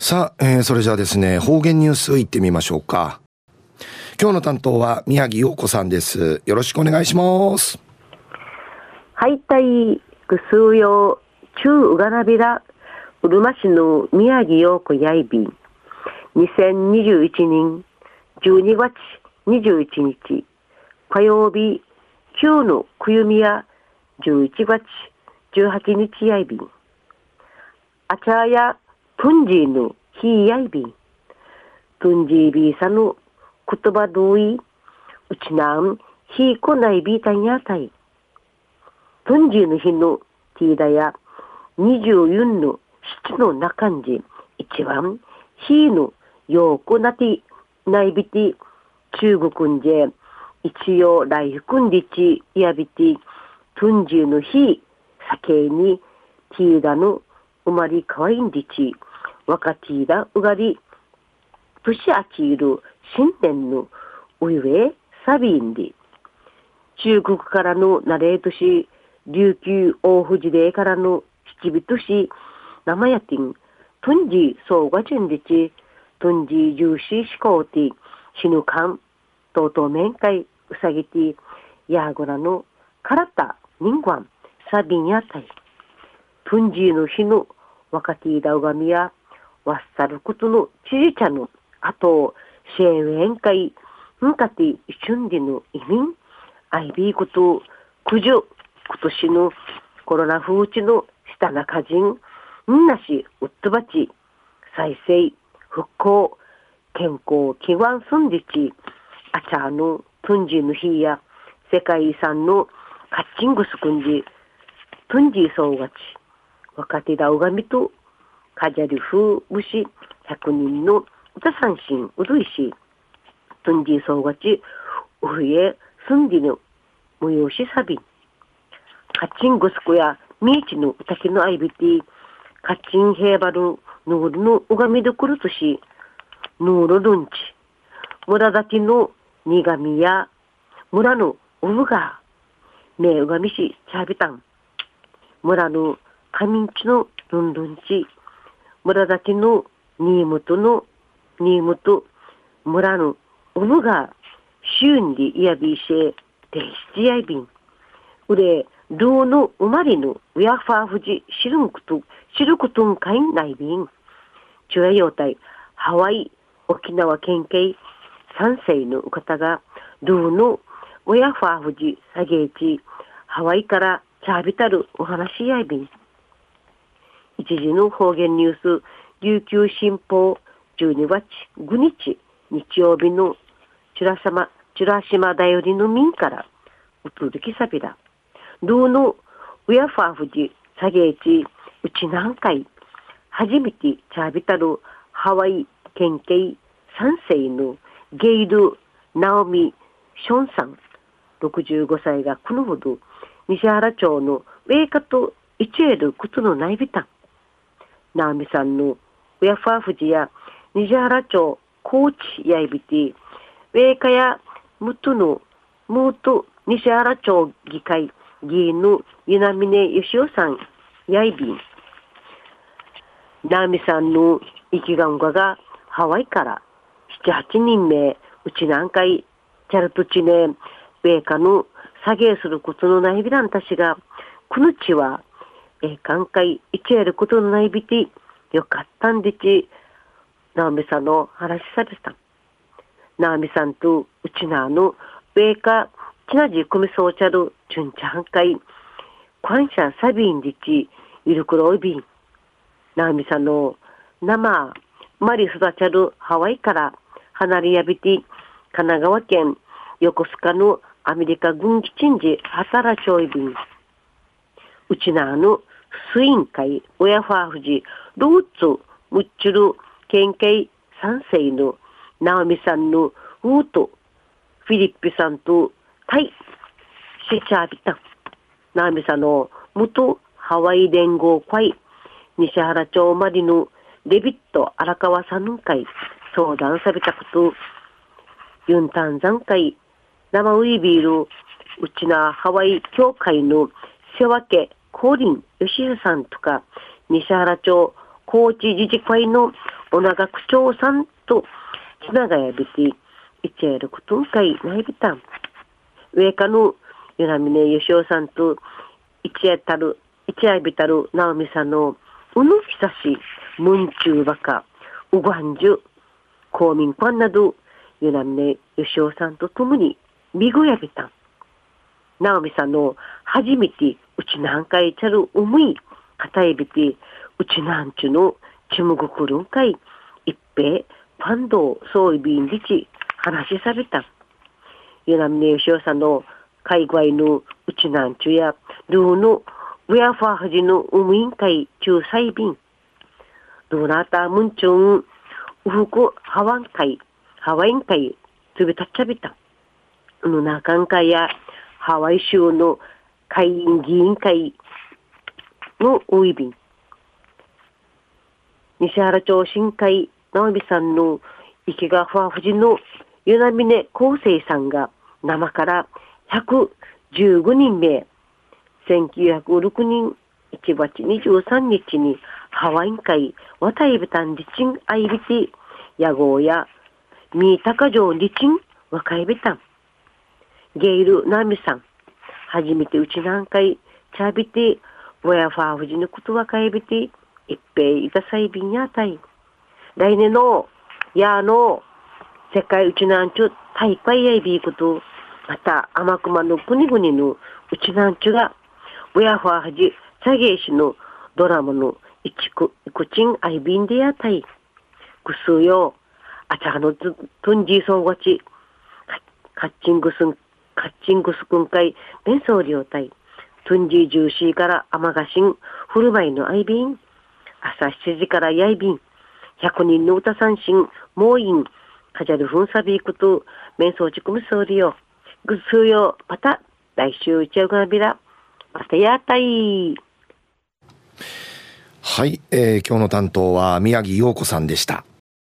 さあ、それじゃあですね、方言ニュースいってみましょうか。今日の担当は宮城陽子さんです。よろしくお願いします。 はい、たいぐすうよ中うがなびらうるま市の宮城陽子やいびん2021年12月21日火曜日9のくゆみや11月18日やいびんあちゃやトンジーのひやいびんトンジービーさの言葉どいうちなんひこないびたんやたいトンジーの日のティーダや24の7の中んじ一番ひのよくなてないびて中国んじ一応来福んりちやびてトンジーの日酒にティーダの生まれかわいんりち若ティーダうがり年あきいる新年のおいえサビンで中国からのナレートし琉球大富士でからの七尾都市生やてんトンジ総がちんでちトンジ重視しこうて死ぬかんとうとう面会うさぎてやごらのからた人間サビンやたいトンジの日の若ていだうがみやわっさることのちじちゃのあとシェーウェン会んかて一瞬での移民アイビーこと九十今年のコロナ風地の下中人んなしうっとばち再生復興健康祈願すんでちあちゃのトンジの日や世界遺産のカッチングスくんじトンジ総がち若手だうがみとカジャリ風虫100人の歌三振うどいしトンジ総がちうふえすんでの催しサビカッチングスクやミーチの歌きのアイビティカッチンヘーバルヌールのうがみどくるとしヌールルンチ村崎の苦みや村のうぶがめうがみしチャビタン村のカミンチのルンルンチ村崎のニームト村のうぶがシュンリイヤビーシェテイシチヤイビンうれルーのうまりのウヤファーフジ知ることんかいないびん中夜用体ハワイ沖縄県警三世の方がルーのウヤファーフジ下げちハワイからチャービタルお話やいびん一時の方言ニュース琉球新報12月5日日曜日のチュラ島だよりの民からうつづきさびらルーのウヤファーフジ下げちうち何回初めてチャービタルハワイ県警三世のゲイル・ナオミ・ションさん65歳がこのほど西原町のウェイカとイチエル靴のないびたんナオミさんのウヤファーフジや西原町高知やいびてウェイカやムート西原町議会議員のユナミネヨシオさんやいびんナオミさんの生きがんがハワイから7、8人目うち何回チャルトチネウェイカの下げすることのないびらんたちがこの地は寛解一やることのないびてよかったんでちナオミさんの話されたナオミさんとうちなのウェイカちなじくみそうちゃるチュンチャンカイ感謝サビンディチゆるくろいびんナオミさんの生マリ育ちゃるハワイから離れやびて神奈川県横須賀のアメリカ軍基地んじ働ちょいびんうちなのスイン会親ファーフジローツムッチュル県警三世のナオミさんのウートフィリッピさんとタイシチャービタンナオミさんの元ハワイ連合会西原町までのデビット荒川さん会相談されたことユンタンザン会生ウイビールうちなハワイ協会の世話家コーリン吉井さんとか西原町高知自治会のお長区長さんとつながやびていちえることんかいないびたん。上下のゆなみねよしおさんといちえびたるなおみさんのうぬひさしむんちゅうばかうごはんじゅ公民館などゆなみねよしおさんとともにみごやびたん。なおみさんの初めてうちなんかいちゃるうむいかたえびてうちなんちゅのちむぐくるんかい一平パンドそういびんりち話された。ゆなみねよしおさんの海外のうちなんちゅやルーのウェアファーはじのうむいんかい中細便どうなったむんちゅんうふくハワインかいつびたっちゃびた。のなかんかやハワイ州の会員議員会のウイビン西原町新会直美さんの池川ファーフジの与那嶺康生さんが生から115人目1906年1月23日にハワイン会渡いびたんりちんあいびて野号や三鷹城りちん若いびたんゲイルナミさん初めてうちなんかいちゃびてぼやファーフジのこと若いびて一平いたさいびんやたい来年のやの世界うちなんちゅ大会やいびいことまた天熊の国々のうちなんちゅがぼやファーフジさげいしのドラマのいくちんあいびんでやたいくすうよあちゃのとんじそうがちカッチングスくんかい弁装領隊トゥンジージューシーからアマガシンフルバイのアイビン朝7時からヤイビン100人の歌三振モーインカジャルフンサビークと弁装チクムソーリオグスーヨまた来週打ち上がびらまたやったい。 はい、今日の担当は宮城陽子さんでした。